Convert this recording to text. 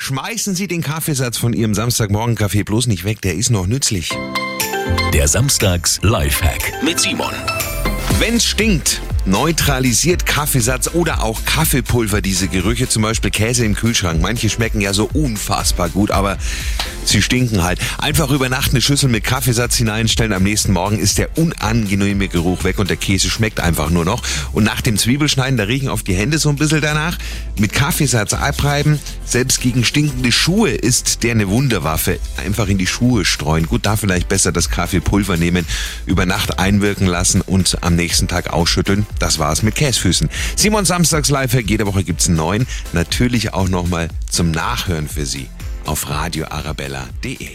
Schmeißen Sie den Kaffeesatz von Ihrem Samstagmorgen-Kaffee bloß nicht weg, der ist noch nützlich. Der Samstags-Lifehack mit Simon. Wenn's stinkt, neutralisiert Kaffeesatz oder auch Kaffeepulver diese Gerüche, zum Beispiel Käse im Kühlschrank. Manche schmecken ja so unfassbar gut, aber sie stinken halt. Einfach über Nacht eine Schüssel mit Kaffeesatz hineinstellen, am nächsten Morgen ist der unangenehme Geruch weg und der Käse schmeckt einfach nur noch. Und nach dem Zwiebelschneiden, da riechen oft die Hände so ein bisschen danach. Mit Kaffeesatz abreiben, selbst gegen stinkende Schuhe ist der eine Wunderwaffe. Einfach in die Schuhe streuen. Gut, da vielleicht besser das Kaffeepulver nehmen, über Nacht einwirken lassen und am nächsten Tag ausschütteln. Das war's mit Käsfüßen. Simon Samstags Lifehack, jede Woche gibt's einen neuen. Natürlich auch nochmal zum Nachhören für Sie auf radioarabella.de.